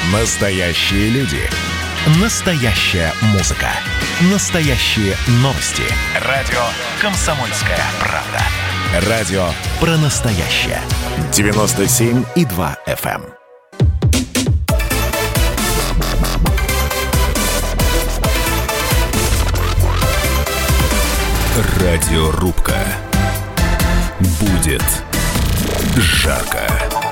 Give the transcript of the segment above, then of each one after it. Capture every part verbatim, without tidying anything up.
Настоящие люди. Настоящая музыка. Настоящие новости. Радио «Комсомольская правда». Радио про настоящее. девяносто семь и два эф эм. Радиорубка. Будет жарко.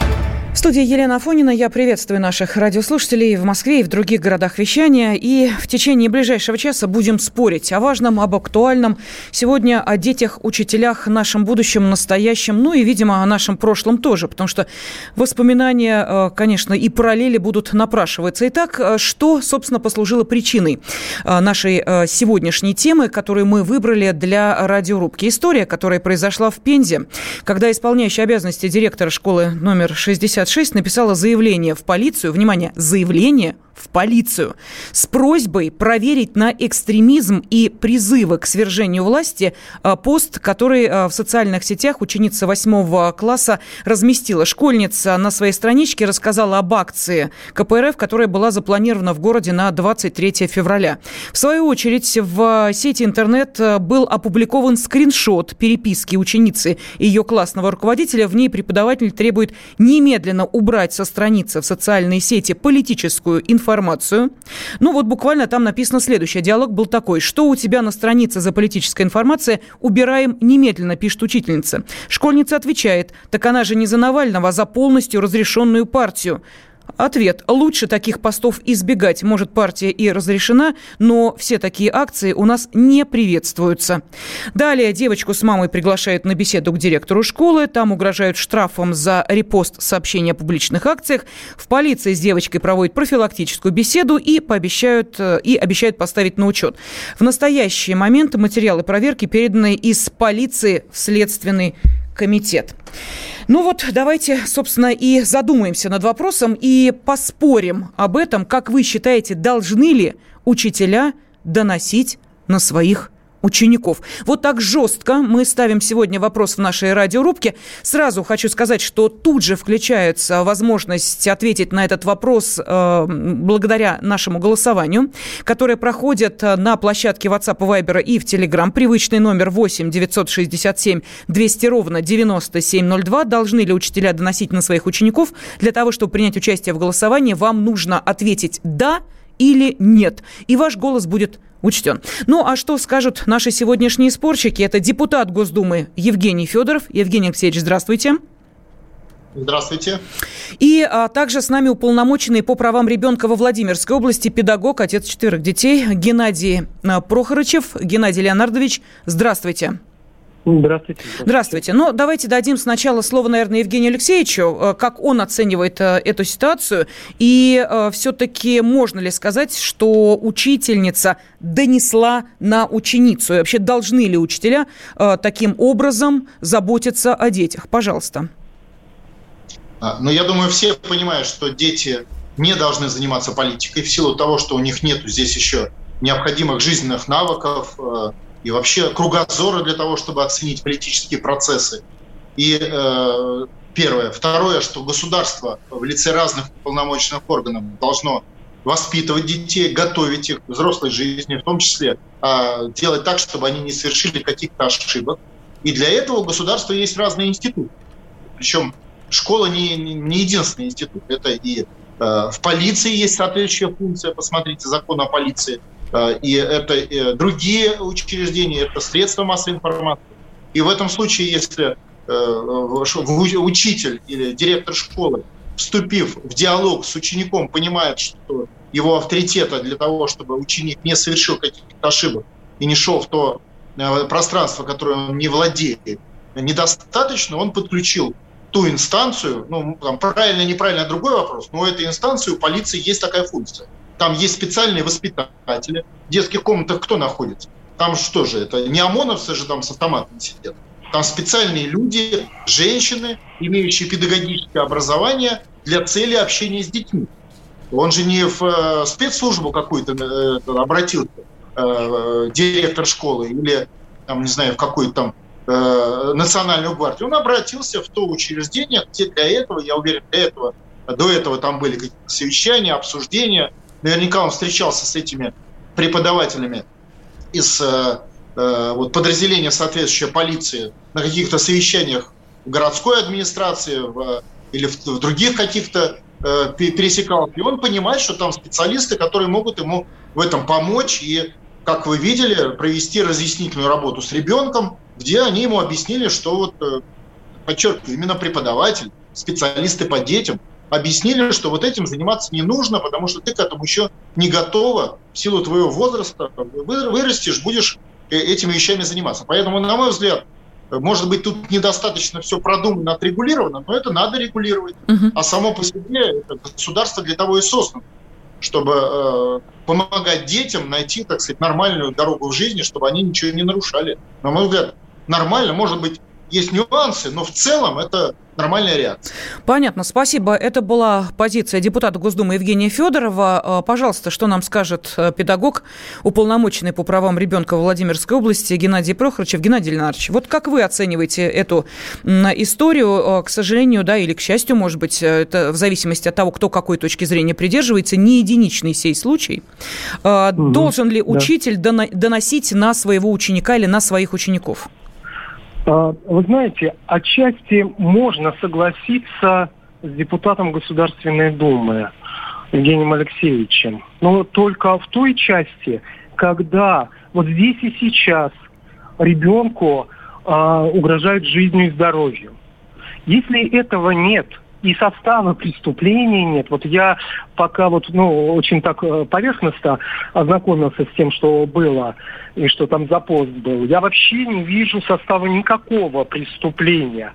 В студии Елена Афонина. Я приветствую наших радиослушателей в Москве и в других городах вещания. И в течение ближайшего часа будем спорить о важном, об актуальном. Сегодня о детях, учителях, нашем будущем, настоящем, ну и, видимо, о нашем прошлом тоже. Потому что воспоминания, конечно, и параллели будут напрашиваться. Итак, что, собственно, послужило причиной нашей сегодняшней темы, которую мы выбрали для радиорубки? История, которая произошла в Пензе, когда исполняющий обязанности директора школы номер шестьдесят шесть написала заявление в полицию, внимание, заявление в полицию с просьбой проверить на экстремизм и призывы к свержению власти пост, который в социальных сетях ученица восьмого класса разместила. Школьница на своей страничке рассказала об акции ка пэ эр эф, которая была запланирована в городе на двадцать третьего февраля. В свою очередь, в сети интернет был опубликован скриншот переписки ученицы и ее классного руководителя. В ней преподаватель требует немедленно убрать со страницы в социальные сети политическую информацию. информацию. Ну вот буквально там написано следующее. Диалог был такой. Что у тебя на странице за политическая информация? Убираем немедленно, пишет учительница. Школьница отвечает. Так она же не за Навального, а за полностью разрешенную партию. Ответ. Лучше таких постов избегать. Может, партия и разрешена, но все такие акции у нас не приветствуются. Далее девочку с мамой приглашают на беседу к директору школы. Там угрожают штрафом за репост сообщений о публичных акциях. В полиции с девочкой проводят профилактическую беседу и, пообещают, и обещают поставить на учет. В настоящий момент материалы проверки переданы из полиции в Следственный комитет. Ну вот, давайте, собственно, и задумаемся над вопросом и поспорим об этом. Как вы считаете, должны ли учителя доносить на своих учеников? Вот так жестко мы ставим сегодня вопрос в нашей радиорубке. Сразу хочу сказать, что тут же включается возможность ответить на этот вопрос э, благодаря нашему голосованию, которое проходит на площадке WhatsApp и Viber и в Telegram. Привычный номер восемь девятьсот шестьдесят семь двести ровно девяносто семь ноль два. Должны ли учителя доносить на своих учеников? Для того, чтобы принять участие в голосовании, вам нужно ответить «да» или «нет». И ваш голос будет учтен. Ну, а что скажут наши сегодняшние спорщики? Это депутат Госдумы Евгений Федоров. Евгений Алексеевич, здравствуйте. Здравствуйте. И а, также с нами уполномоченный по правам ребенка во Владимирской области педагог, отец четверых детей Геннадий а, Прохорычев. Геннадий Леонардович, здравствуйте. Здравствуйте. Здравствуйте. Ну, давайте дадим сначала слово, наверное, Евгению Алексеевичу, как он оценивает эту ситуацию. И э, все-таки можно ли сказать, что учительница донесла на ученицу? И вообще, должны ли учителя э, таким образом заботиться о детях? Пожалуйста. А, ну, я думаю, все понимают, что дети не должны заниматься политикой в силу того, что у них нет здесь еще необходимых жизненных навыков, э, и вообще кругозора для того, чтобы оценить политические процессы. И э, первое. Второе, что государство в лице разных уполномоченных органов должно воспитывать детей, готовить их к взрослой жизни, в том числе э, делать так, чтобы они не совершили каких-то ошибок. И для этого у государства есть разные институты. Причем школа не, не единственный институт. Это и э, в полиции есть соответствующая функция. Посмотрите закон о полиции. И это другие учреждения, это средства массовой информации. И в этом случае, если учитель или директор школы, вступив в диалог с учеником, понимает, что его авторитета для того, чтобы ученик не совершил каких-то ошибок и не шел в то пространство, которое он не владеет, недостаточно, он подключил ту инстанцию, ну, там, правильно, неправильно, другой вопрос, но у этой инстанции, у полиции есть такая функция. Там есть специальные воспитатели. В детских комнатах кто находится? Там что же, это не ОМОНовцы же там с автоматом сидят. Там специальные люди, женщины, имеющие педагогическое образование для цели общения с детьми. Он же не в э, спецслужбу какую-то э, обратился, э, директор школы, или, там, не знаю, в какую-то там э, национальную гвардию. Он обратился в то учреждение, где для этого, я уверен, для этого До этого там были какие-то совещания, обсуждения. Наверняка он встречался с этими преподавателями из э, э, вот, подразделения соответствующей полиции на каких-то совещаниях в городской администрации в, или в, в других каких-то э, пересекалках. И он понимает, что там специалисты, которые могут ему в этом помочь и, как вы видели, провести разъяснительную работу с ребенком, где они ему объяснили, что вот, э, подчеркиваю, именно преподаватель, специалисты по детям объяснили, что вот этим заниматься не нужно, потому что ты к этому еще не готова, в силу твоего возраста, вырастешь, будешь этими вещами заниматься. Поэтому, на мой взгляд, может быть, тут недостаточно все продумано, отрегулировано, но это надо регулировать. Uh-huh. А само по себе это государство для того и создано, чтобы э, помогать детям найти, так сказать, нормальную дорогу в жизни, чтобы они ничего не нарушали. На мой взгляд, нормально, может быть, есть нюансы, но в целом это нормальная реакция. Понятно, спасибо. Это была позиция депутата Госдумы Евгения Федорова. Пожалуйста, что нам скажет педагог, уполномоченный по правам ребенка в Владимирской области Геннадий Прохорычев. Геннадий Леонардович, вот как вы оцениваете эту историю? К сожалению, да, или к счастью, может быть, это в зависимости от того, кто какой точки зрения придерживается, не единичный сей случай. Угу. Должен ли учитель да. доносить на своего ученика или на своих учеников? Вы знаете, отчасти можно согласиться с депутатом Государственной Думы Евгением Алексеевичем, но только в той части, когда вот здесь и сейчас ребенку э, угрожают жизнью и здоровью. Если этого нет и состава преступления нет, вот я пока вот, ну, очень так поверхностно ознакомился с тем, что было и что там за пост был, я вообще не вижу состава никакого преступления.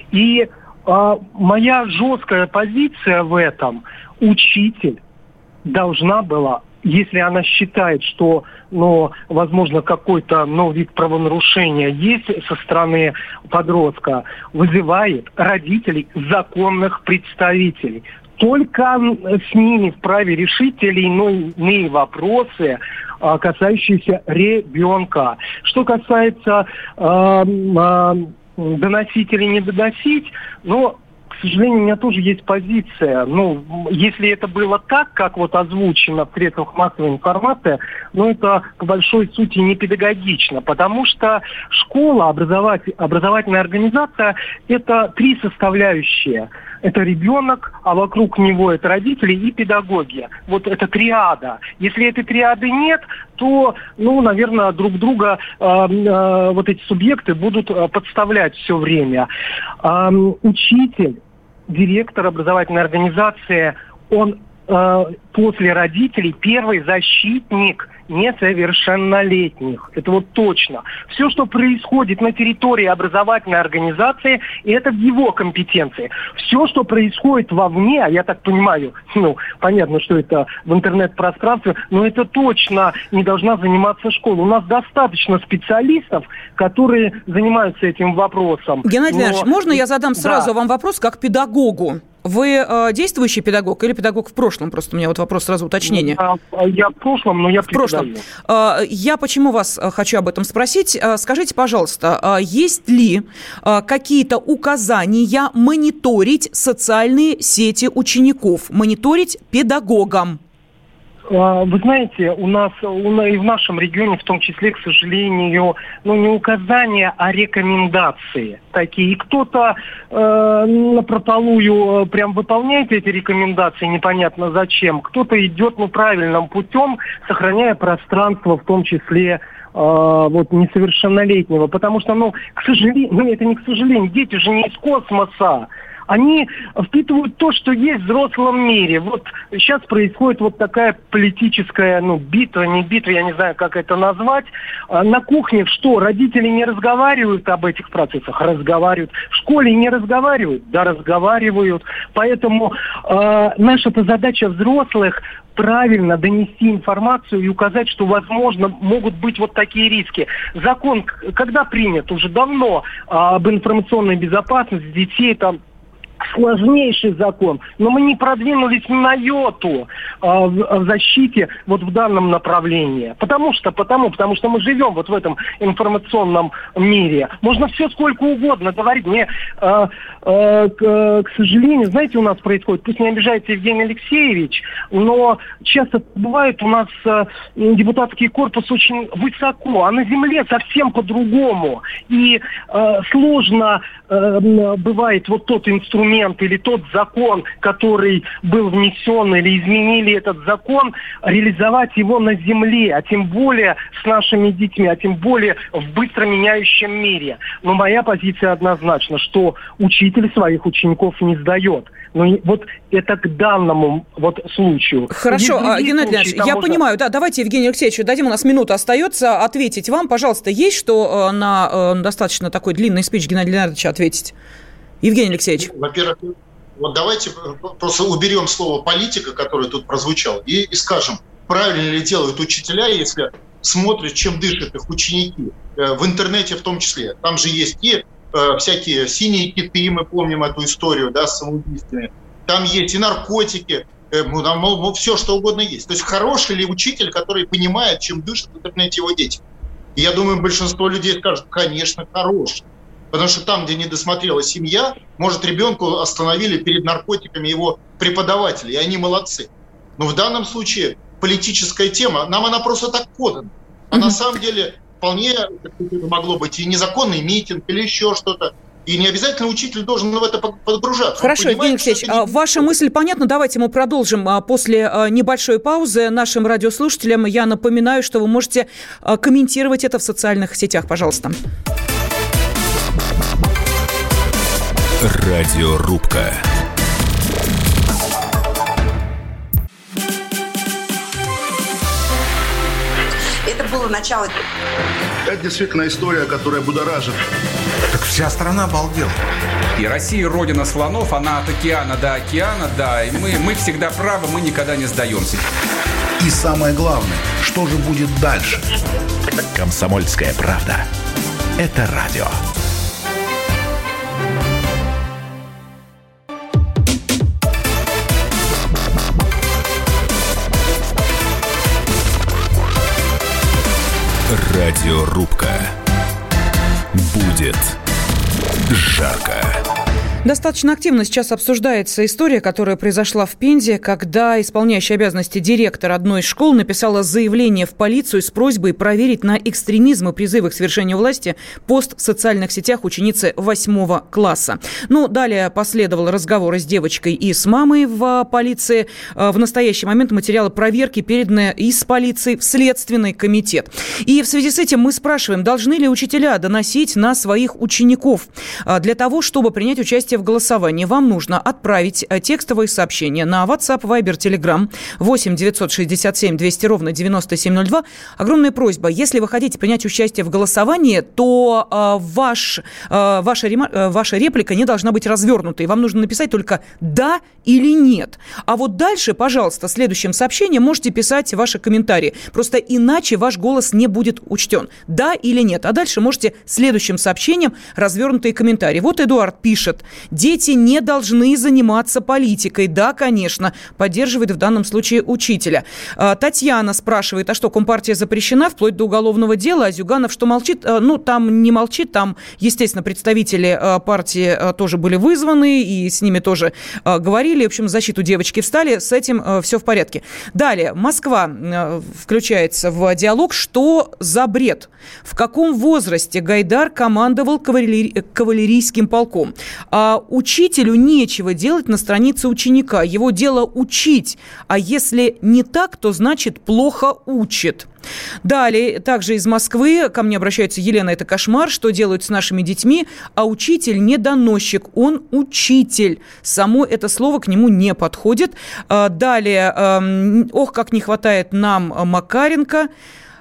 И а, моя жесткая позиция в этом: учитель должна была, если она считает, что, ну, возможно, какой-то, ну, вид правонарушения есть со стороны подростка, вызывает родителей, законных представителей. Только с ними вправе решить те или иные вопросы, касающиеся ребенка. Что касается э, э, доносить или не доносить, ну, к сожалению, у меня тоже есть позиция. Ну, если это было так, как вот озвучено в средствах массовой информации, ну, это по большой сути не педагогично, потому что школа, образователь, образовательная организация – это три составляющие. Это ребенок, а вокруг него это родители и педагоги. Вот это триада. Если этой триады нет, то, ну, наверное, друг друга э, э, вот эти субъекты будут э, подставлять все время. Э, учитель, директор образовательной организации, он э, после родителей первый защитник несовершеннолетних. Это вот точно. Все, что происходит на территории образовательной организации, это в его компетенции. Все, что происходит вовне, а я так понимаю, ну, понятно, что это в интернет-пространстве, но это точно не должна заниматься школа. У нас достаточно специалистов, которые занимаются этим вопросом. Геннадий Леонидович, можно я задам сразу да. вам вопрос как педагогу? Вы э, действующий педагог или педагог в прошлом? Просто у меня вот вопрос сразу уточнения. Я, я в прошлом, но я в прошлом. Э, я почему вас хочу об этом спросить? Э, скажите, пожалуйста, э, есть ли э, какие-то указания мониторить социальные сети учеников, мониторить педагогам? Вы знаете, у нас и в нашем регионе, в том числе, к сожалению, ну, не указания, а рекомендации такие. И кто-то э, напропалую прям выполняет эти рекомендации, непонятно зачем. Кто-то идет, ну, правильным путем, сохраняя пространство, в том числе, вот несовершеннолетнего. Потому что, ну, к сожалению, ну, это не к сожалению, дети же не из космоса. Они впитывают то, что есть в взрослом мире. Вот сейчас происходит вот такая политическая, ну, битва, не битва, я не знаю, как это назвать. На кухне что, родители не разговаривают об этих процессах? Разговаривают. В школе не разговаривают? Да, разговаривают. Поэтому э, наша-то задача взрослых правильно донести информацию и указать, что, возможно, могут быть вот такие риски. Закон, когда принят? Уже давно об информационной безопасности детей, там, сложнейший закон, но мы не продвинулись на йоту э, в, в защите вот в данном направлении. Потому что, потому, потому что мы живем вот в этом информационном мире. Можно все сколько угодно говорить. Мне, э, э, к, к сожалению, знаете, у нас происходит, пусть не обижается Евгений Алексеевич, но часто бывает у нас э, депутатский корпус очень высоко, а на земле совсем по-другому. И э, сложно э, бывает вот тот инструмент или тот закон, который был внесен или изменили этот закон, реализовать его на земле, а тем более с нашими детьми, а тем более в быстро меняющем мире. Но моя позиция однозначна, что учитель своих учеников не сдает. Но вот это к данному вот случаю. Хорошо, Геннадий Леонидович, я можно... понимаю. Да, давайте Евгению Алексеевичу дадим, у нас минута остается, ответить вам. Пожалуйста, есть что на достаточно такой длинный спич Геннадия Леонидовича ответить? Евгений Алексеевич. Во-первых, вот давайте просто уберем слово «политика», которое тут прозвучало, и, и скажем, правильно ли делают учителя, если смотрят, чем дышат их ученики, в интернете в том числе. Там же есть и э, всякие синие киты, мы помним эту историю, да, с самоубийствами. Там есть и наркотики, э, ну, там, ну, все, что угодно есть. То есть хороший ли учитель, который понимает, чем дышат в интернете его дети? И я думаю, большинство людей скажут, конечно, хороший. Потому что там, где не досмотрела семья, может, ребенку остановили перед наркотиками его преподаватели, и они молодцы. Но в данном случае политическая тема, нам она просто так подана. А mm-hmm. на самом деле вполне могло быть и незаконный митинг, или еще что-то. И не обязательно учитель должен в это погружаться. Хорошо, Евгений Алексеевич, не... ваша мысль понятна. Давайте мы продолжим после небольшой паузы. Нашим радиослушателям я напоминаю, что вы можете комментировать это в социальных сетях. Пожалуйста. Радиорубка. Это было начало. Это действительно история, которая будоражит. Так вся страна обалдела. И Россия родина слонов, она от океана до океана, да. И мы, мы всегда правы, мы никогда не сдаемся. И самое главное, что же будет дальше? «Комсомольская правда». Это радио. Радиорубка. Будет жарко. Достаточно активно сейчас обсуждается история, которая произошла в Пензе, когда исполняющая обязанности директор одной из школ написала заявление в полицию с просьбой проверить на экстремизм и призывы к свержению власти пост в социальных сетях ученицы восьмого класса. Ну, далее последовал разговор с девочкой и с мамой в полиции. В настоящий момент материалы проверки переданы из полиции в Следственный комитет. И в связи с этим мы спрашиваем, должны ли учителя доносить на своих учеников для того, чтобы принять участие в голосовании. Вам нужно отправить текстовые сообщения на WhatsApp, Viber, Telegram восемь девятьсот шестьдесят семь двести ровно девяносто семь ноль два. Огромная просьба, если вы хотите принять участие в голосовании, то э, ваш, э, ваша, рема- ваша реплика не должна быть развернутой. Вам нужно написать только «да» или «нет». А вот дальше, пожалуйста, следующим сообщением можете писать ваши комментарии. Просто иначе ваш голос не будет учтен. «Да» или «нет». А дальше можете следующим сообщением развернутые комментарии. Вот Эдуард пишет: дети не должны заниматься политикой. Да, конечно, поддерживает в данном случае учителя. Татьяна спрашивает, а что, Компартия запрещена вплоть до уголовного дела? А Зюганов что, молчит? Ну, там не молчит, там, естественно, представители партии тоже были вызваны, и с ними тоже говорили. В общем, в защиту девочки встали, с этим все в порядке. Далее, Москва включается в диалог. Что за бред? В каком возрасте Гайдар командовал кавалери... кавалерийским полком? А учителю нечего делать на странице ученика. Его дело учить. А если не так, то значит плохо учит. Далее, также из Москвы ко мне обращается Елена. Это кошмар, что делают с нашими детьми. А учитель не доносчик, он учитель. Само это слово к нему не подходит. Далее, ох, как не хватает нам Макаренко.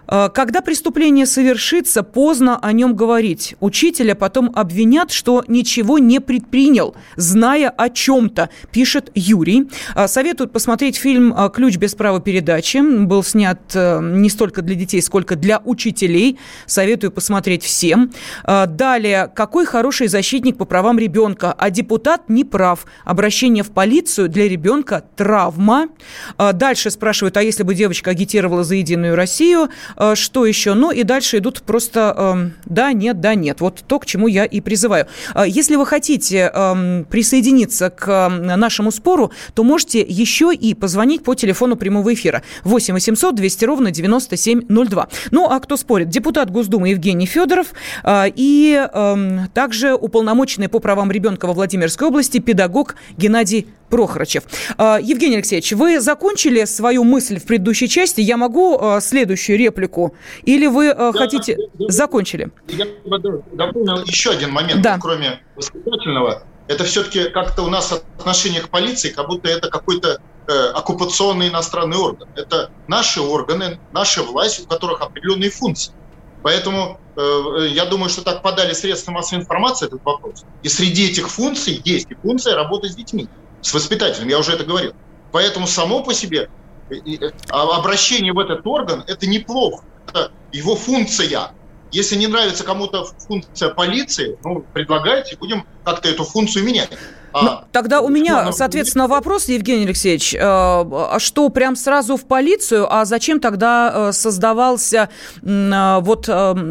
Когда преступление совершится, поздно о нем говорить. Учителя потом обвинят, что ничего не предпринял, зная о чем-то, пишет Юрий. Советуют посмотреть фильм «Ключ без права передачи». Был снят не столько для детей, сколько для учителей. Советую посмотреть всем. Далее. Какой хороший защитник по правам ребенка, а депутат не прав. Обращение в полицию для ребенка – травма. Дальше спрашивают, а если бы девочка агитировала за «Единую Россию», что еще? Ну и дальше идут просто э, да, нет, да, нет. Вот то, к чему я и призываю. Если вы хотите э, присоединиться к нашему спору, то можете еще и позвонить по телефону прямого эфира восемь восемьсот двести ровно девяносто семь ноль два. Ну а кто спорит? Депутат Госдумы Евгений Федоров э, и э, также уполномоченный по правам ребенка во Владимирской области педагог Геннадий Прохорычев. Э, Евгений Алексеевич, вы закончили свою мысль в предыдущей части? Я могу э, следующую реплику? Или вы э, да, хотите... Да, закончили? Я дополнил еще один момент, да. Кроме воспитательного. Это все-таки как-то у нас отношение к полиции, как будто это какой-то э, оккупационный иностранный орган. Это наши органы, наша власть, у которых определенные функции. Поэтому э, я думаю, что так подали средства массовой информации этот вопрос. И среди этих функций есть и функция работы с детьми, с воспитателем, я уже это говорил. Поэтому само по себе обращение в этот орган – это неплохо, это его функция. Если не нравится кому-то функция полиции, ну, предлагайте, будем как-то эту функцию менять. А, ну, тогда у меня, соответственно, вопрос, Евгений Алексеевич, а что прям сразу в полицию, а зачем тогда создавался вот...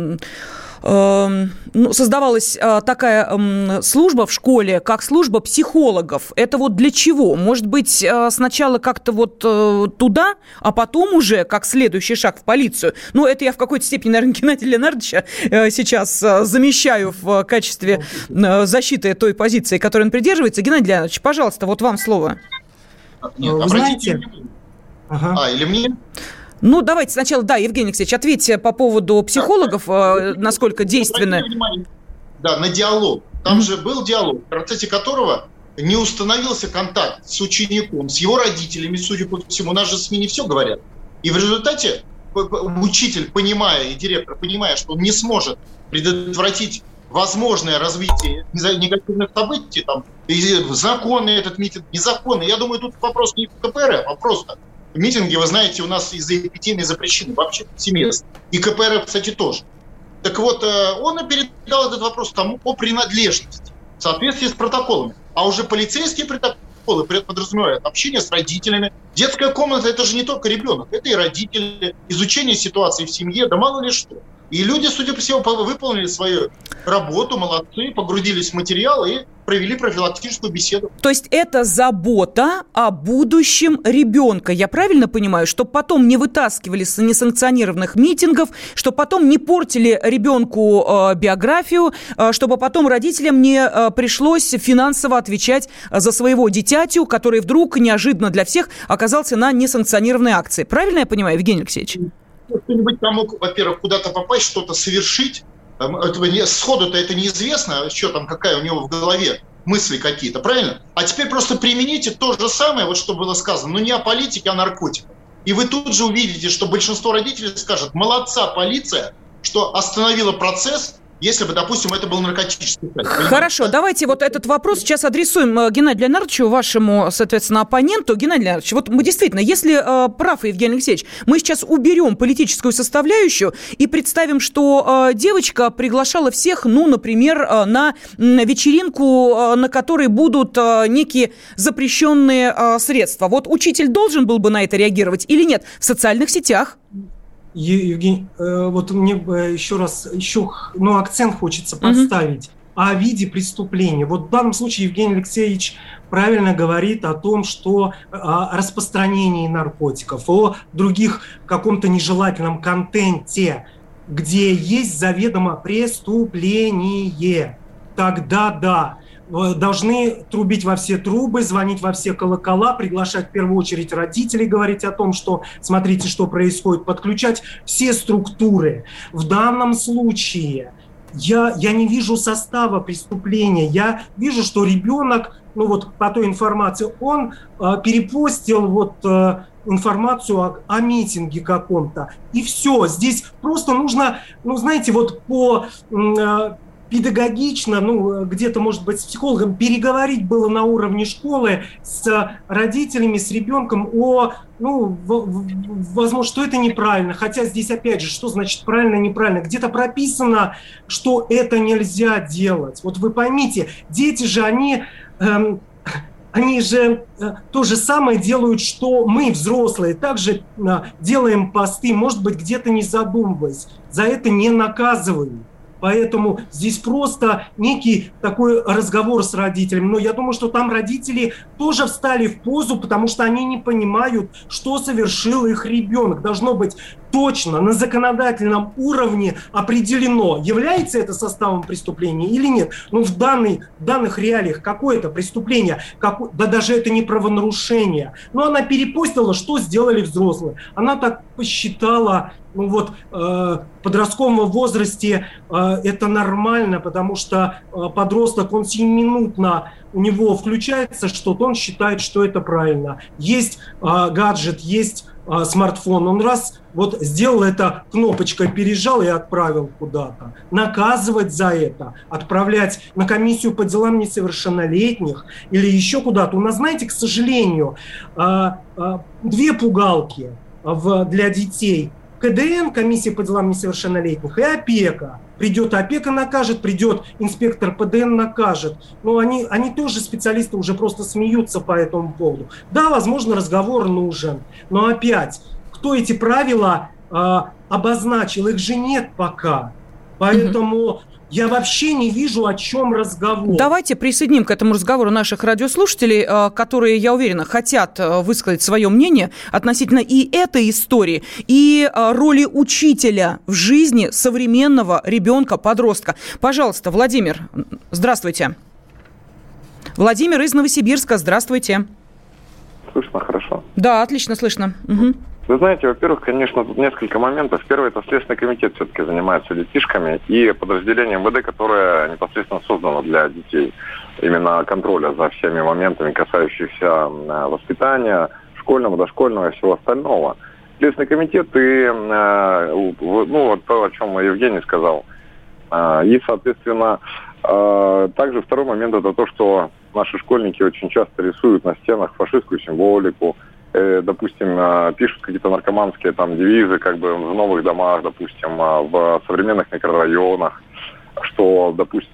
Ну, создавалась а, такая м, служба в школе, как служба психологов. Это вот для чего? Может быть, а, сначала как-то вот а, туда, а потом уже, как следующий шаг, в полицию? Ну, это я в какой-то степени, наверное, Геннадия Леонардовича а, сейчас а, замещаю в качестве а, защиты той позиции, которой он придерживается. Геннадий Леонардович, пожалуйста, вот вам слово. Нет, вы знаете... Ага. А, или мне... Ну, давайте сначала, да, Евгений Алексеевич, ответьте по поводу психологов, да, насколько действенны. Да, на диалог. Там mm-hmm. же был диалог, в процессе которого не установился контакт с учеником, с его родителями, судя по всему. У нас же СМИ не все говорят. И в результате учитель, понимая, и директор, понимая, что он не сможет предотвратить возможное развитие негативных событий, там, законный этот митинг, незаконный. Я думаю, тут вопрос не в КПРФ, а просто... Митинги, вы знаете, у нас из-за эпидемии запрещены вообще повсеместно. И КПРФ, кстати, тоже. Так вот, он и передал этот вопрос тому о принадлежности в соответствии с протоколами. А уже полицейские протоколы подразумевают общение с родителями. Детская комната – это же не только ребенок, это и родители, изучение ситуации в семье, да мало ли что. И люди, судя по всему, выполнили свою работу, молодцы, погрузились в материал и провели профилактическую беседу. То есть это забота о будущем ребенка. Я правильно понимаю, чтобы потом не вытаскивали с несанкционированных митингов, чтобы потом не портили ребенку э, биографию, э, чтобы потом родителям не э, пришлось финансово отвечать за своего дитятю, который вдруг неожиданно для всех оказался на несанкционированной акции. Правильно я понимаю, Евгений Алексеевич? Кто-нибудь там мог, во-первых, куда-то попасть, что-то совершить. Этого не, сходу-то это неизвестно, что там, какая у него в голове мысли какие-то, правильно? А теперь просто примените то же самое, вот что было сказано, но не о политике, а о наркотиках. И вы тут же увидите, что большинство родителей скажет: молодца полиция, что остановила процесс, если бы, допустим, это был наркотический сайт. Хорошо, давайте вот этот вопрос сейчас адресуем Геннадию Леонардовичу, вашему, соответственно, оппоненту. Геннадий Леонардович, вот мы действительно, если э, прав Евгений Алексеевич, мы сейчас уберем политическую составляющую и представим, что э, девочка приглашала всех, ну, например, э, на вечеринку, э, на которой будут э, некие запрещенные э, средства. Вот учитель должен был бы на это реагировать или нет? В социальных сетях. Евгений, вот мне еще раз еще ну, акцент хочется поставить mm-hmm. о виде преступления. Вот в данном случае Евгений Алексеевич правильно говорит о том, что о распространении наркотиков, о других каком-то нежелательном контенте, где есть заведомо преступление. Тогда да. Должны трубить во все трубы, звонить во все колокола, приглашать в первую очередь родителей, говорить о том, что смотрите, что происходит, подключать все структуры. В данном случае я, я не вижу состава преступления. Я вижу, что ребенок, ну вот по той информации, он э, перепостил вот э, информацию о, о митинге каком-то. И все. Здесь просто нужно, ну, знаете, вот по... Э, педагогично, ну, где-то, может быть, с психологом переговорить было на уровне школы с родителями, с ребенком о, ну, в, в, возможно, что это неправильно. Хотя здесь, опять же, что значит правильно, неправильно? Где-то прописано, что это нельзя делать. Вот вы поймите, дети же, они... Эм, Они же э, то же самое делают, что мы, взрослые. Также э, делаем посты, может быть, где-то не задумываясь. За это не наказываем. Поэтому здесь просто некий такой разговор с родителями. Но я думаю, что там родители тоже встали в позу, потому что они не понимают, что совершил их ребенок. Должно быть точно на законодательном уровне определено, является это составом преступления или нет. Ну, в, данный, в данных реалиях какое это преступление, какое, да даже это не правонарушение. Но она перепостила, что сделали взрослые. Она так посчитала, ну вот, э, в подростковом возрасте э, это нормально, потому что э, подросток, он сиюминутно, у него включается что-то, он считает, что это правильно. Есть э, гаджет, есть э, смартфон, он раз вот сделал это кнопочкой, пережал и отправил куда-то. Наказывать за это, отправлять на комиссию по делам несовершеннолетних или еще куда-то. У нас, знаете, к сожалению, э, э, две пугалки в, для детей. ка дэ эн, комиссия по делам несовершеннолетних, и опека. Придет опека, накажет, придет инспектор пэ дэ эн, накажет. Но они, они тоже, специалисты, уже просто смеются по этому поводу. Да, возможно, разговор нужен, но опять, кто эти правила э, обозначил? Их же нет пока. Поэтому... Mm-hmm. Я вообще не вижу, о чем разговор. Давайте присоединим к этому разговору наших радиослушателей, которые, я уверена, хотят высказать свое мнение относительно и этой истории, и роли учителя в жизни современного ребенка-подростка. Пожалуйста, Владимир, здравствуйте. Владимир из Новосибирска, здравствуйте. Слышно хорошо? Да, отлично слышно. Угу. Вы знаете, во-первых, конечно, тут несколько моментов. Первый, это Следственный комитет все-таки занимается детишками и подразделение эм вэ дэ, которое непосредственно создано для детей. Именно контроля за всеми моментами, касающихся воспитания, школьного, дошкольного и всего остального. Следственный комитет и, ну, вот то, о чем Евгений сказал. И, соответственно, также второй момент, это то, что наши школьники очень часто рисуют на стенах фашистскую символику, допустим, пишут какие-то наркоманские там девизы, как бы в новых домах, допустим, в современных микрорайонах, что, допустим...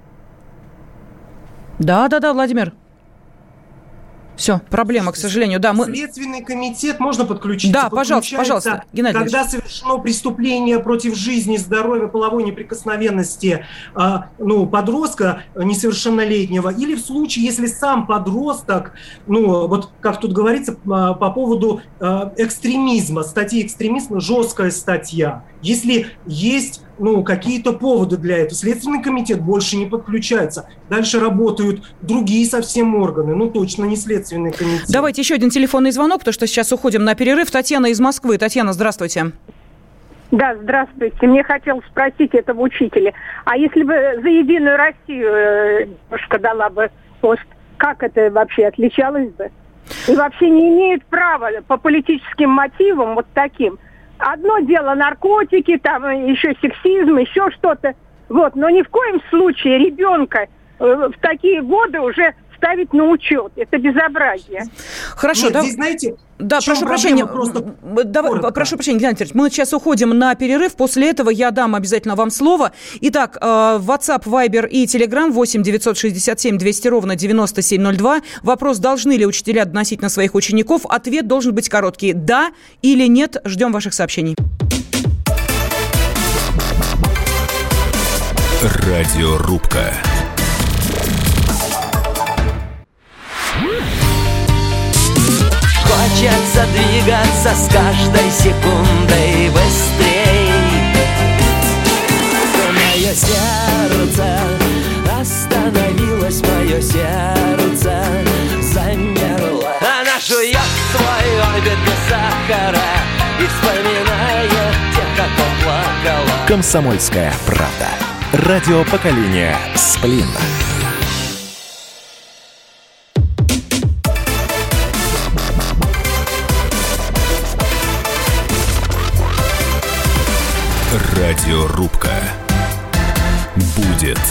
Да-да-да, Владимир. Все, проблема, к сожалению. Да, мы... Следственный комитет можно подключить? Да, пожалуйста, пожалуйста, Геннадий Когда Ильич. совершено преступление против жизни, здоровья, половой неприкосновенности а, ну, подростка несовершеннолетнего, или в случае, если сам подросток, ну, вот как тут говорится, по поводу а, экстремизма, статьи экстремизма, жесткая статья. Если есть ну, какие-то поводы для этого, Следственный комитет больше не подключается. Дальше работают другие совсем органы, ну точно не Следственный комитет. Давайте еще один телефонный звонок, потому что сейчас уходим на перерыв. Татьяна из Москвы. Татьяна, здравствуйте. Да, здравствуйте. Мне хотелось спросить этого учителя, а если бы за Единую Россию девушка дала бы пост, как это вообще отличалось бы? И вообще не имеют права по политическим мотивам вот таким. Одно дело наркотики, там еще сексизм, еще что-то. Вот, но ни в коем случае ребенка в такие годы уже ставить на учет. Это безобразие. Хорошо, Нет, да. Здесь, знаете, да, прошу прощения, просто давай, прошу прощения, Геннадий Ильич, мы сейчас уходим на перерыв. После этого я дам обязательно вам слово. Итак, WhatsApp, Viber и Telegram восемь девятьсот шестьдесят семь двести ровно девяносто семь ноль два. Вопрос: должны ли учителя доносить на своих учеников? Ответ должен быть короткий: да или нет. Ждем ваших сообщений. Радиорубка. Хочется двигаться с каждой секундой быстрей. Мое сердце остановилось, мое сердце замерло. Она жует свой орбит без сахара и вспоминает тех, кто плакала. Комсомольская правда. Радио поколения Сплин. Радиорубка. Будет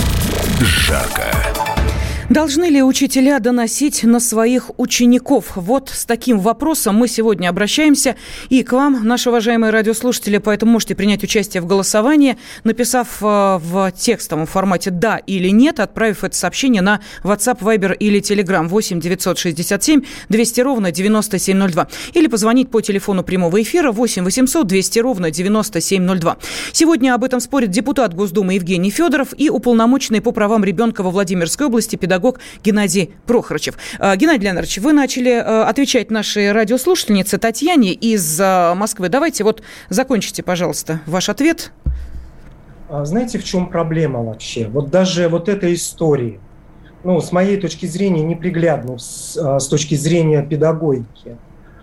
жарко. Должны ли учителя доносить на своих учеников? Вот с таким вопросом мы сегодня обращаемся и к вам, наши уважаемые радиослушатели, поэтому можете принять участие в голосовании, написав в текстовом формате «да» или «нет», отправив это сообщение на WhatsApp, Viber или Telegram восемь девятьсот шестьдесят семь двести ровно девяносто семь ноль два или позвонить по телефону прямого эфира восемь восемьсот двести ровно девяносто семь ноль два. Сегодня об этом спорит депутат Госдумы Евгений Федоров и уполномоченный по правам ребенка во Владимирской области педагог Геннадий Прохорычев. Геннадий Леонидович, вы начали отвечать нашей радиослушательнице Татьяне из Москвы. Давайте вот закончите, пожалуйста, ваш ответ. Знаете, в чем проблема вообще? Вот даже вот этой истории, ну, с моей точки зрения, неприглядной с, с точки зрения педагогики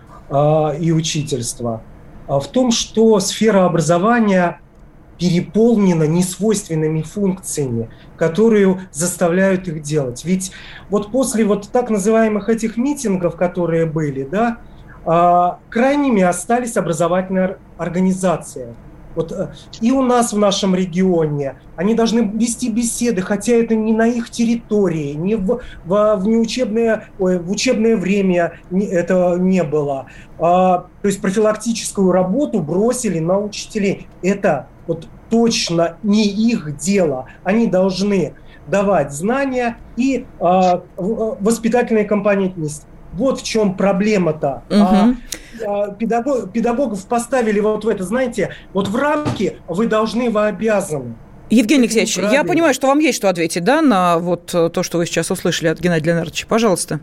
э, и учительства, в том, что сфера образования переполнена несвойственными функциями, которые заставляют их делать. Ведь вот после вот так называемых этих митингов, которые были, да, крайними остались образовательные организации. Вот и у нас в нашем регионе они должны вести беседы, хотя это не на их территории, не в, в, в, неучебное, ой, в учебное время не, этого не было. А, то есть профилактическую работу бросили на учителей. Это вот точно не их дело. Они должны давать знания и а, воспитательная компонентность. Вот в чем проблема-то. Угу. А, а, педагог, педагогов поставили вот в это, знаете, вот в рамки вы должны, вы обязаны. Евгений Алексеевич, я понимаю, что вам есть что ответить, да, на вот то, что вы сейчас услышали от Геннадия Леонидовича. Пожалуйста.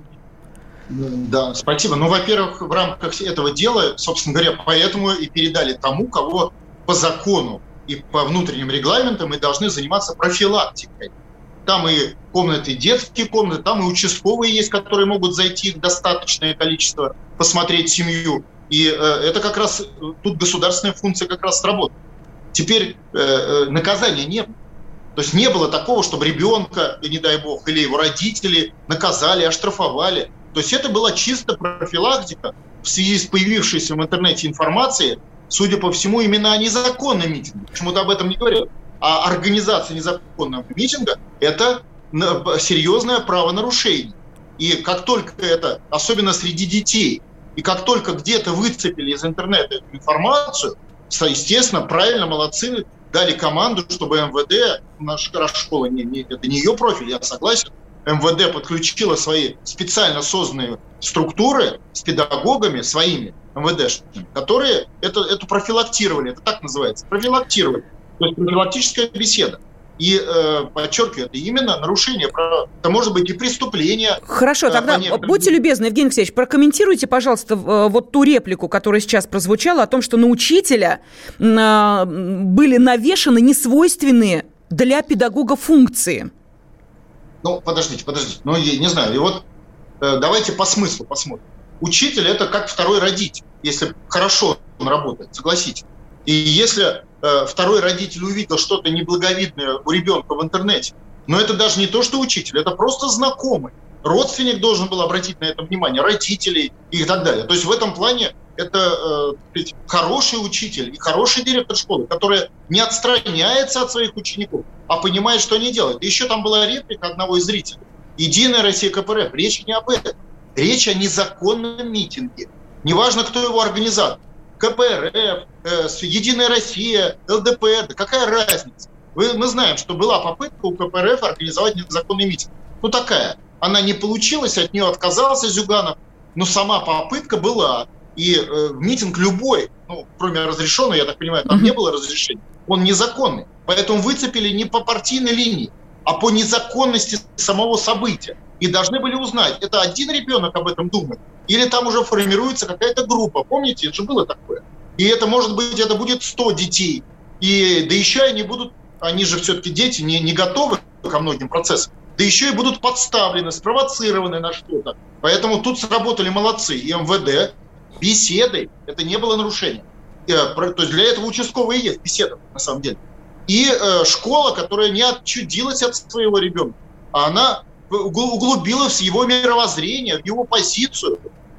Да, спасибо. Ну, во-первых, в рамках этого дела, собственно говоря, поэтому и передали тому, кого по закону и по внутренним регламентам мы должны заниматься профилактикой. Там и комнаты, детские комнаты, там и участковые есть, которые могут зайти в достаточное количество, посмотреть семью. И э, это как раз, тут государственная функция как раз сработает. Теперь э, э, наказания не было. То есть не было такого, чтобы ребенка, не дай бог, или его родители наказали, оштрафовали. То есть это была чисто профилактика в связи с появившейся в интернете информацией, судя по всему, именно о незаконном митинге. Почему-то об этом не говорят. А организация незаконного митинга – это серьезное правонарушение. И как только это, особенно среди детей, и как только где-то выцепили из интернета эту информацию, естественно, правильно, молодцы, дали команду, чтобы МВД, наша школа, не, не, это не ее профиль, я согласен, МВД подключила свои специально созданные структуры с педагогами своими, МВДшными, которые это, это профилактировали, это так называется, профилактировали. То есть профилактическая беседа. И, э, подчеркиваю, это именно нарушение права. Это может быть и преступление. Хорошо, тогда э, будьте любезны, Евгений Алексеевич, прокомментируйте, пожалуйста, э, вот ту реплику, которая сейчас прозвучала, о том, что на учителя э, были навешаны несвойственные для педагога функции. Ну, подождите, подождите. Ну, я не знаю. И вот э, давайте по смыслу посмотрим. Учитель – это как второй родитель, если хорошо он работает, согласитесь. И если э, второй родитель увидел что-то неблаговидное у ребенка в интернете, но это даже не то, что учитель, это просто знакомый. Родственник должен был обратить на это внимание, родители и так далее. То есть в этом плане это э, хороший учитель и хороший директор школы, который не отстраняется от своих учеников, а понимает, что они делают. И еще там была реплика одного из зрителей. «Единая Россия КПРФ». Речь не об этом. Речь о незаконном митинге. Неважно, кто его организатор. КПРФ, э, Единая Россия, ЛДПР, да какая разница? Вы, мы знаем, что была попытка у КПРФ организовать незаконный митинг. Ну такая. Она не получилась, от нее отказался Зюганов, но сама попытка была. И э, митинг любой, ну, кроме разрешенного, я так понимаю, там mm-hmm. не было разрешения, он незаконный. Поэтому выцепили не по партийной линии, а по незаконности самого события. И должны были узнать, это один ребенок об этом думает, или там уже формируется какая-то группа. Помните, это же было такое. И это, может быть, это будет сто детей. И да еще они будут, они же все-таки дети, не, не готовы ко многим процессам. Да еще и будут подставлены, спровоцированы на что-то. Поэтому тут сработали молодцы. И МВД беседой, это не было нарушением. То есть для этого участковые есть беседа, на самом деле. И э, школа, которая не отчудилась от своего ребенка, а она углубилась в его мировоззрение, в его позицию.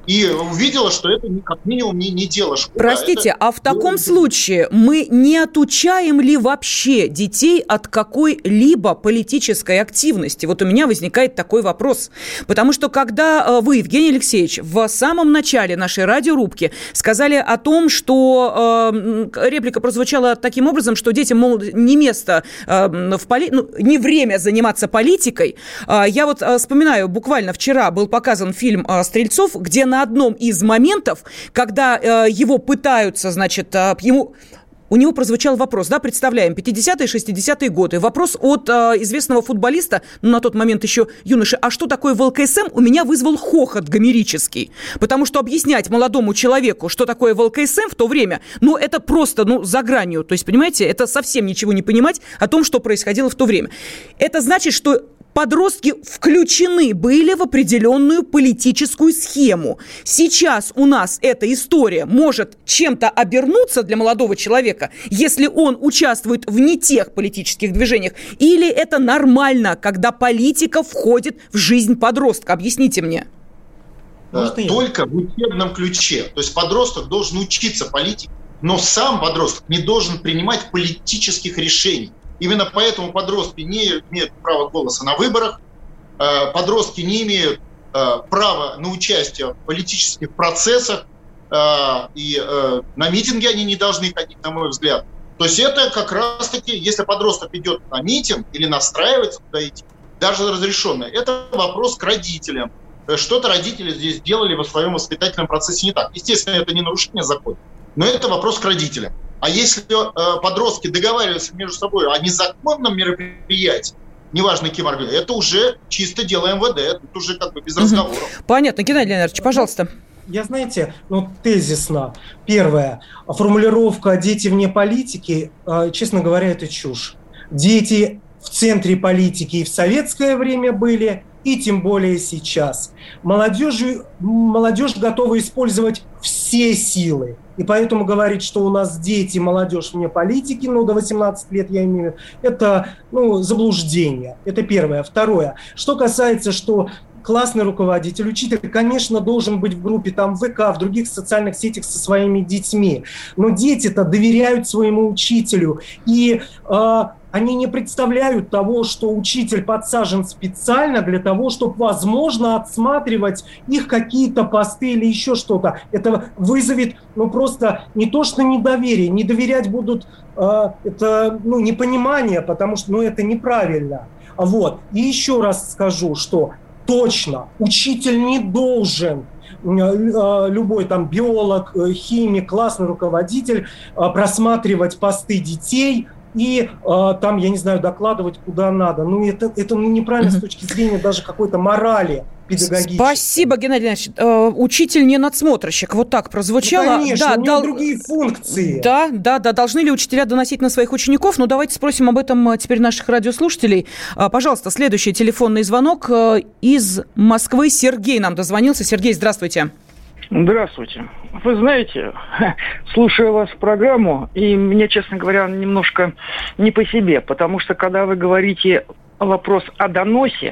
и увидела, что это как минимум не, не дело школы. Простите, это... а в таком случае мы не отучаем ли вообще детей от какой-либо политической активности? Вот у меня возникает такой вопрос. Потому что когда вы, Евгений Алексеевич, в самом начале нашей радиорубки сказали о том, что э, реплика прозвучала таким образом, что детям, мол, не место э, в поли... ну, не время заниматься политикой. Э, я вот э, вспоминаю, буквально вчера был показан фильм э, «Стрельцов», где на одном из моментов, когда э, его пытаются, значит, э, ему... У него прозвучал вопрос, да, представляем, пятидесятые, шестидесятые годы. Вопрос от э, известного футболиста, ну, на тот момент еще юноши, а что такое вэ эл ка эс эм, у меня вызвал хохот гомерический. Потому что объяснять молодому человеку, что такое вэ эл ка эс эм в то время, ну, это просто, ну, за гранью. То есть, понимаете, это совсем ничего не понимать о том, что происходило в то время. Это значит, что подростки включены были в определенную политическую схему. Сейчас у нас эта история может чем-то обернуться для молодого человека, если он участвует в не тех политических движениях, или это нормально, когда политика входит в жизнь подростка? Объясните мне. Только в учебном ключе. То есть подросток должен учиться политике, но сам подросток не должен принимать политических решений. Именно поэтому подростки не имеют права голоса на выборах, подростки не имеют права на участие в политических процессах, и на митинги они не должны ходить, на мой взгляд. То есть это как раз-таки, если подросток идет на митинг или настраивается туда идти, даже разрешенное, это вопрос к родителям. Что-то родители здесь делали в своем воспитательном процессе не так. Естественно, это не нарушение закона, но это вопрос к родителям. А если э, подростки договариваются между собой о незаконном мероприятии, неважно кем организовано, это уже чисто дело эм вэ дэ, это уже как бы без угу. разговоров. Понятно. Геннадий Леонидович, пожалуйста. Я, знаете, ну, тезисно. Первое. Формулировка «дети вне политики», э, честно говоря, это чушь. Дети в центре политики и в советское время были, и тем более сейчас. Молодежь, молодежь готова использовать все силы. И поэтому говорить, что у нас дети, молодежь вне политики, ну, до восемнадцати лет я имею в виду, это, ну, заблуждение. Это первое. Второе. Что касается, что классный руководитель, учитель, конечно, должен быть в группе, там, в вэ ка, в других социальных сетях со своими детьми. Но дети-то доверяют своему учителю. И э, они не представляют того, что учитель подсажен специально для того, чтобы, возможно, отсматривать их какие-то посты или еще что-то. Это вызовет, ну, просто не то что недоверие, не доверять будут, э, это, ну, непонимание, потому что, ну, это неправильно. Вот. И еще раз скажу, что точно учитель не должен, любой там биолог, химик, классный руководитель, просматривать посты детей и там, я не знаю, докладывать куда надо. Ну, это, это неправильно mm-hmm. с точки зрения даже какой-то морали педагогической. Спасибо, Геннадий Леонидович. Э, учитель не надсмотрщик. Вот так прозвучало. Ну, конечно, да, у него дол... другие функции. Да, да, да. Должны ли учителя доносить на своих учеников? Ну, давайте спросим об этом теперь наших радиослушателей. Пожалуйста, следующий телефонный звонок из Москвы. Сергей нам дозвонился. Сергей, здравствуйте. Здравствуйте. Вы знаете, слушаю вас программу, и мне, честно говоря, немножко не по себе, потому что, когда вы говорите вопрос о доносе,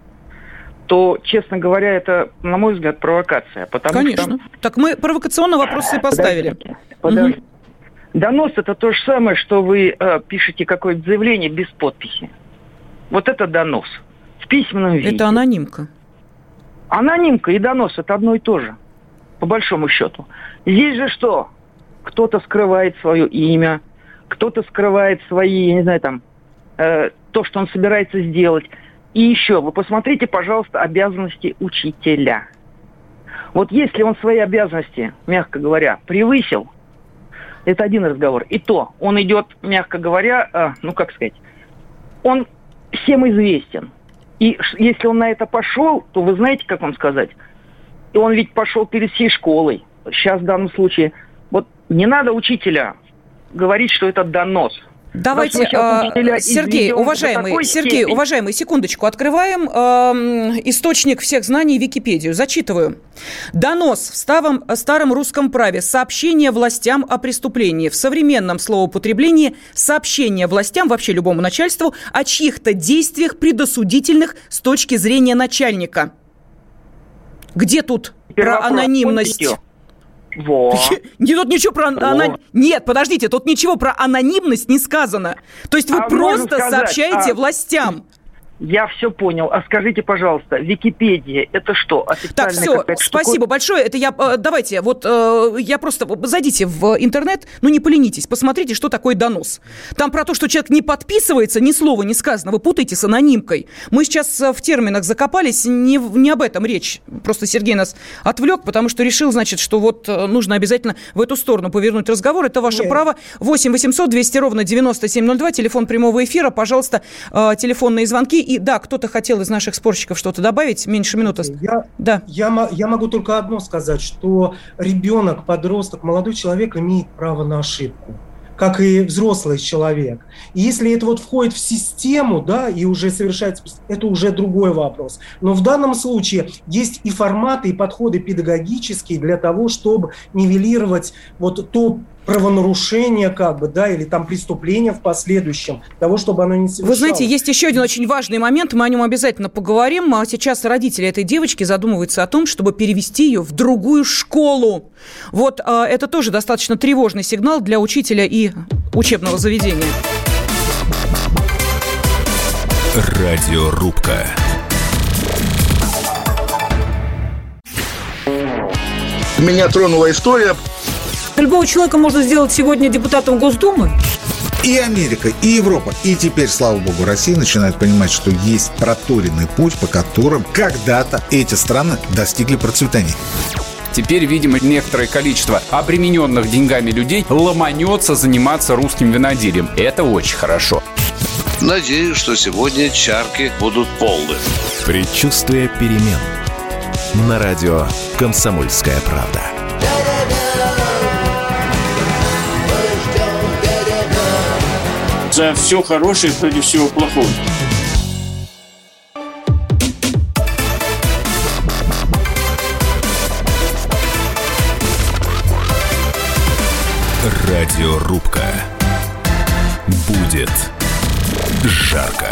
то, честно говоря, это, на мой взгляд, провокация. Потому Конечно. Что... Так мы провокационные вопросы и поставили. Подождите, подождите. Угу. Донос – это то же самое, что вы э, пишете какое-то заявление без подписи. Вот это донос. В письменном виде. Это анонимка. Анонимка и донос – это одно и то же. По большому счету. Здесь же что? Кто-то скрывает свое имя, кто-то скрывает свои, я не знаю, там, э, то, что он собирается сделать. И еще, вы посмотрите, пожалуйста, обязанности учителя. Вот если он свои обязанности, мягко говоря, превысил, это один разговор. И то, он идет, мягко говоря, э, ну, как сказать, он всем известен. И если он на это пошел, то вы знаете, как вам сказать? И он ведь пошел перед всей школой. Сейчас в данном случае. Вот не надо учителя говорить, что это донос. Давайте, э, Сергей, уважаемый, Сергей, степени. уважаемый, секундочку, открываем э, источник всех знаний Википедию, зачитываю. Донос в старом, старом русском праве, сообщение властям о преступлении. В современном словоупотреблении сообщение властям, вообще любому начальству, о чьих-то действиях предосудительных с точки зрения начальника. Где тут про анонимность. Помните? Вот. Не, тут ничего про ана... Нет, подождите, тут ничего про анонимность не сказано. То есть вы а просто сообщаете а... властям. Я все понял. А скажите, пожалуйста, Википедия – это что? Так, все, спасибо штука? большое. Это я, давайте, вот я просто, зайдите в интернет, ну не поленитесь, посмотрите, что такое донос. Там про то, что человек не подписывается, ни слова не сказано, вы путаете с анонимкой. Мы сейчас в терминах закопались, не, не об этом речь. Просто Сергей нас отвлек, потому что решил, значит, что вот нужно обязательно в эту сторону повернуть разговор. Это ваше Нет. право. восемь восемьсот двести ровно девяносто семь ноль два, телефон прямого эфира. Пожалуйста, телефонные звонки. И да, кто-то хотел из наших спорщиков что-то добавить. Меньше минуты. Я, да. я, я могу только одно сказать, что ребенок, подросток, молодой человек имеет право на ошибку, как и взрослый человек. И если это вот входит в систему, да, и уже совершается, это уже другой вопрос. Но в данном случае есть и форматы, и подходы педагогические для того, чтобы нивелировать вот то правонарушение, как бы, да, или там преступление в последующем, того, чтобы оно не совершалось. Вы знаете, есть еще один очень важный момент, мы о нем обязательно поговорим. А сейчас родители этой девочки задумываются о том, чтобы перевести ее в другую школу. Вот а, это тоже достаточно тревожный сигнал для учителя и учебного заведения. Радиорубка. Меня тронула история. Любого человека можно сделать сегодня депутатом Госдумы. И Америка, и Европа, и теперь, слава богу, Россия начинает понимать, что есть проторенный путь, по которым когда-то эти страны достигли процветания. Теперь, видимо, некоторое количество обремененных деньгами людей ломанется заниматься русским виноделием. Это очень хорошо. Надеюсь, что сегодня чарки будут полны. Предчувствие перемен. На радио «Комсомольская правда». За все хорошее против всего плохого. Радиорубка. Будет жарко.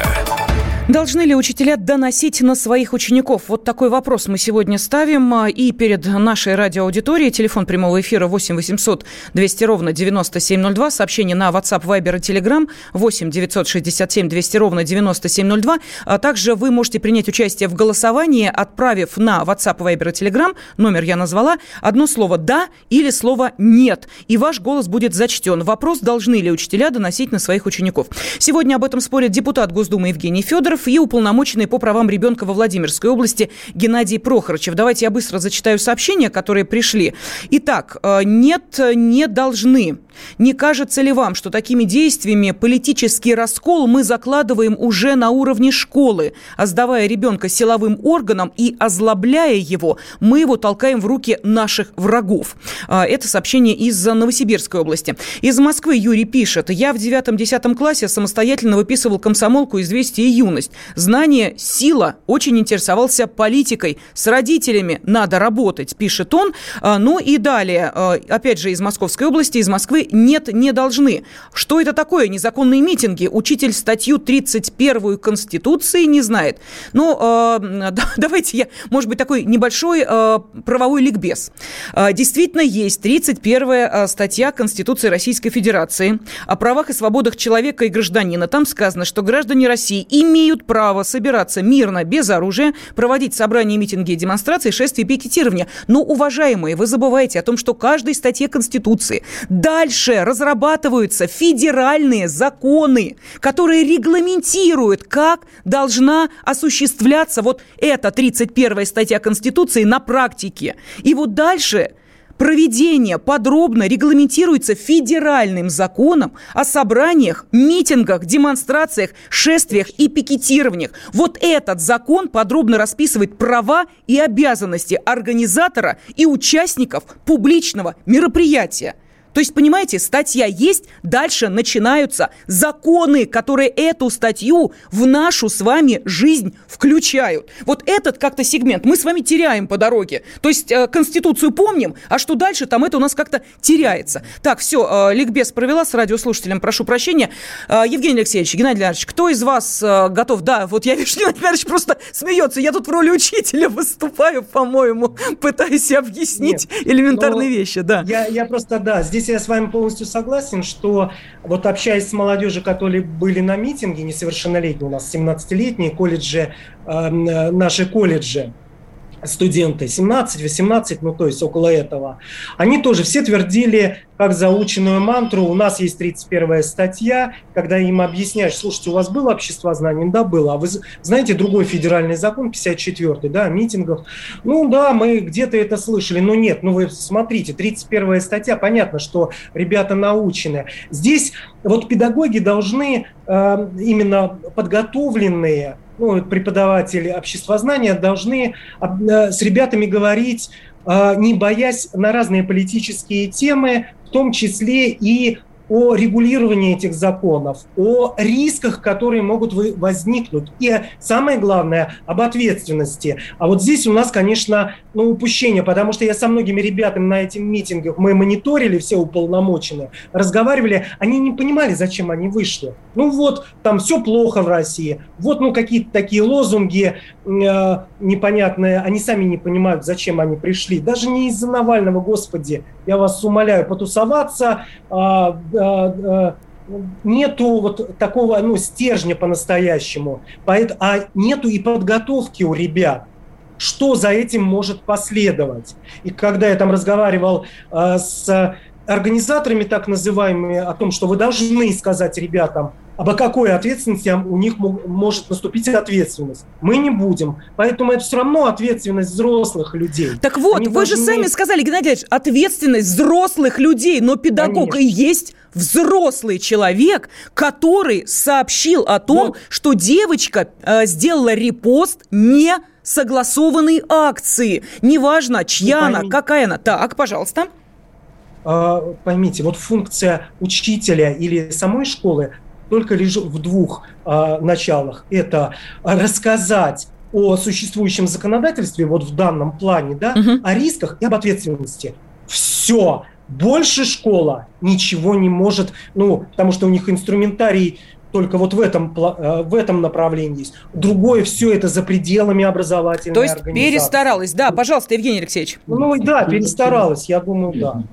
Должны ли учителя доносить на своих учеников? Вот такой вопрос мы сегодня ставим. И перед нашей радиоаудиторией телефон прямого эфира восемь восемьсот двести ровно девяносто семь ноль два. Сообщение на WhatsApp, Viber и Telegram восемь девятьсот шестьдесят семь двести ровно девяносто семь ноль два. А также вы можете принять участие в голосовании, отправив на WhatsApp, Viber и Telegram, номер я назвала, одно слово «да» или слово «нет». И ваш голос будет зачтен. Вопрос, должны ли учителя доносить на своих учеников. Сегодня об этом спорит депутат Госдумы Евгений Федоров и уполномоченный по правам ребенка во Владимирской области Геннадий Прохорычев. Давайте я быстро зачитаю сообщения, которые пришли. Итак, нет, не должны. Не кажется ли вам, что такими действиями политический раскол мы закладываем уже на уровне школы? А сдавая ребенка силовым органам и озлобляя его, мы его толкаем в руки наших врагов. Это сообщение из Новосибирской области. Из Москвы Юрий пишет. Я в девятом-десятом классе самостоятельно выписывал комсомолку, известия и юность. Знание – сила. Очень интересовался политикой. С родителями надо работать, пишет он. Ну и далее, опять же, из Московской области, из Москвы. Нет, не должны. Что это такое? Незаконные митинги. Учитель статью тридцать первую Конституции не знает. Ну, э, давайте я, может быть, такой небольшой э, правовой ликбез. Э, действительно, есть тридцать первая статья Конституции Российской Федерации о правах и свободах человека и гражданина. Там сказано, что граждане России имеют право собираться мирно, без оружия, проводить собрания, митинги, демонстрации, шествия, пикетирования. Но, уважаемые, вы забываете о том, что каждой статье Конституции дальше разрабатываются федеральные законы, которые регламентируют, как должна осуществляться вот эта тридцать первая статья Конституции на практике. И вот дальше проведение подробно регламентируется федеральным законом о собраниях, митингах, демонстрациях, шествиях и пикетированиях. Вот этот закон подробно расписывает права и обязанности организатора и участников публичного мероприятия. То есть, понимаете, статья есть, дальше начинаются законы, которые эту статью в нашу с вами жизнь включают. Вот этот как-то сегмент мы с вами теряем по дороге. То есть, э, Конституцию помним, а что дальше, там это у нас как-то теряется. Так, все, э, ликбез провела с радиослушателем, прошу прощения. Э, Евгений Алексеевич, Геннадий Леонидович, кто из вас э, готов? Да, вот я вижу, Геннадий Леонидович просто смеется. Я тут в роли учителя выступаю, по-моему, пытаюсь объяснить Нет, элементарные вещи. Да. Я, я просто, да, здесь я с вами полностью согласен, что вот общаясь с молодежью, которые были на митинге, несовершеннолетние, у нас семнадцатилетние колледжи, э, наши колледжи, студенты семнадцать-восемнадцать, ну то есть около этого, они тоже все твердили как заученную мантру. У нас есть тридцать первая статья, когда им объясняешь, слушайте, у вас было обществознание? Да, было. А вы знаете другой федеральный закон, пятьдесят четвёртый, да, о митингах? Ну да, мы где-то это слышали, но нет, ну вы смотрите, тридцать первая статья, понятно, что ребята научены. Здесь вот педагоги должны э, именно подготовленные, ну, преподаватели обществознания должны э, с ребятами говорить, э, не боясь на разные политические темы, в том числе и о регулировании этих законов, о рисках, которые могут возникнуть, и самое главное, об ответственности. А вот здесь у нас, конечно, ну, упущение, потому что я со многими ребятами на этих митингах, мы мониторили, все уполномоченные, разговаривали, они не понимали, зачем они вышли. Ну вот, там все плохо в России, вот, ну, какие-то такие лозунги э, непонятные, они сами не понимают, зачем они пришли. Даже не из-за Навального, господи, я вас умоляю, потусоваться, э, нету вот такого, ну, стержня по-настоящему, а нету и подготовки у ребят, что за этим может последовать. И когда я там разговаривал э, с организаторами так называемыми о том, что вы должны сказать ребятам, об какой ответственности у них может наступить ответственность. Мы не будем. Поэтому это все равно ответственность взрослых людей. Так вот, Они вы должны... же сами сказали, Геннадий Ильич, ответственность взрослых людей, но педагог Конечно. И есть взрослый человек, который сообщил о том, вот. Что девочка э, сделала репост не согласованной акции. Неважно, чья она, какая она. Так, пожалуйста. Uh, поймите, вот функция учителя или самой школы только лишь в двух uh, началах. Это рассказать о существующем законодательстве, вот в данном плане, да, uh-huh. о рисках и об ответственности. Все. Больше школа ничего не может, ну, потому что у них инструментарий только вот в этом, в этом направлении есть. Другое все это за пределами образовательной То есть организации. Перестаралась. Да, пожалуйста, Евгений Алексеевич. Ну да, перестаралась, я думаю, да.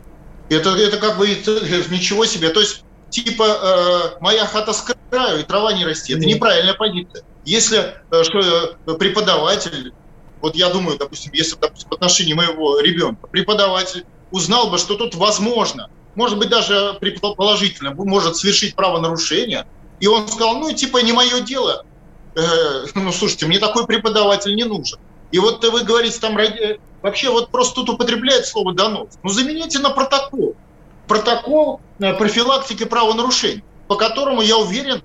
Это, это как бы ничего себе. То есть, типа, э, моя хата с краю, и трава не растет. Это неправильная позиция. Если э, что, преподаватель, вот я думаю, допустим, если допустим, в отношении моего ребенка, преподаватель узнал бы, что тут возможно, может быть, даже предположительно, может совершить правонарушение, и он сказал, ну, типа, не мое дело. Э, ну, слушайте, мне такой преподаватель не нужен. И вот вы говорите, там вообще вот просто тут употребляет слово «донос». Ну, замените на протокол. Протокол профилактики правонарушений, по которому, я уверен,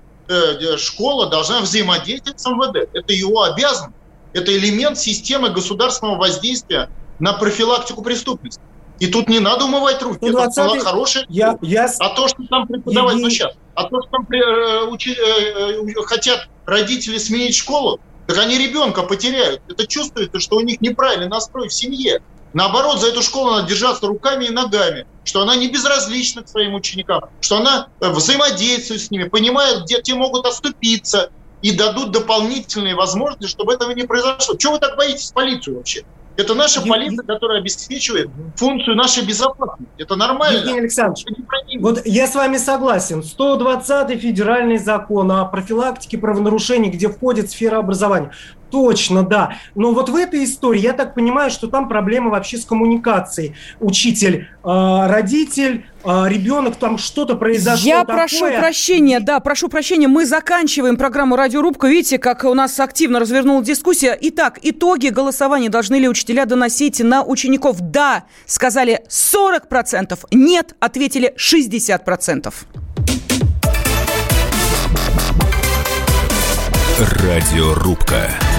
школа должна взаимодействовать с эм вэ дэ. Это его обязанность. Это элемент системы государственного воздействия на профилактику преступности. И тут не надо умывать руки. Это была хорошая... Я, я... А то, что там преподавать... Ну, сейчас. А то, что там э, учи... э, хотят родители сменить школу, так они ребенка потеряют. Это чувствуется, что у них неправильный настрой в семье. Наоборот, за эту школу надо держаться руками и ногами, что она не безразлична к своим ученикам, что она взаимодействует с ними, понимает, где те могут оступиться, и дадут дополнительные возможности, чтобы этого не произошло. Чего вы так боитесь полицию вообще? Это наша полиция, которая обеспечивает функцию нашей безопасности. Это нормально. Евгений Александрович, вот я с вами согласен. сто двадцатый федеральный закон о профилактике правонарушений, где входит сфера образования. Точно, да. Но вот в этой истории, я так понимаю, что там проблема вообще с коммуникацией. Учитель, э, родитель, э, ребенок, там что-то произошло Я такое. прошу прощения, да, прошу прощения. Мы заканчиваем программу «Радиорубка». Видите, как у нас активно развернулась дискуссия. Итак, итоги голосования. Должны ли учителя доносить на учеников? Да, сказали сорок процентов. Нет, ответили шестьдесят процентов. Радиорубка.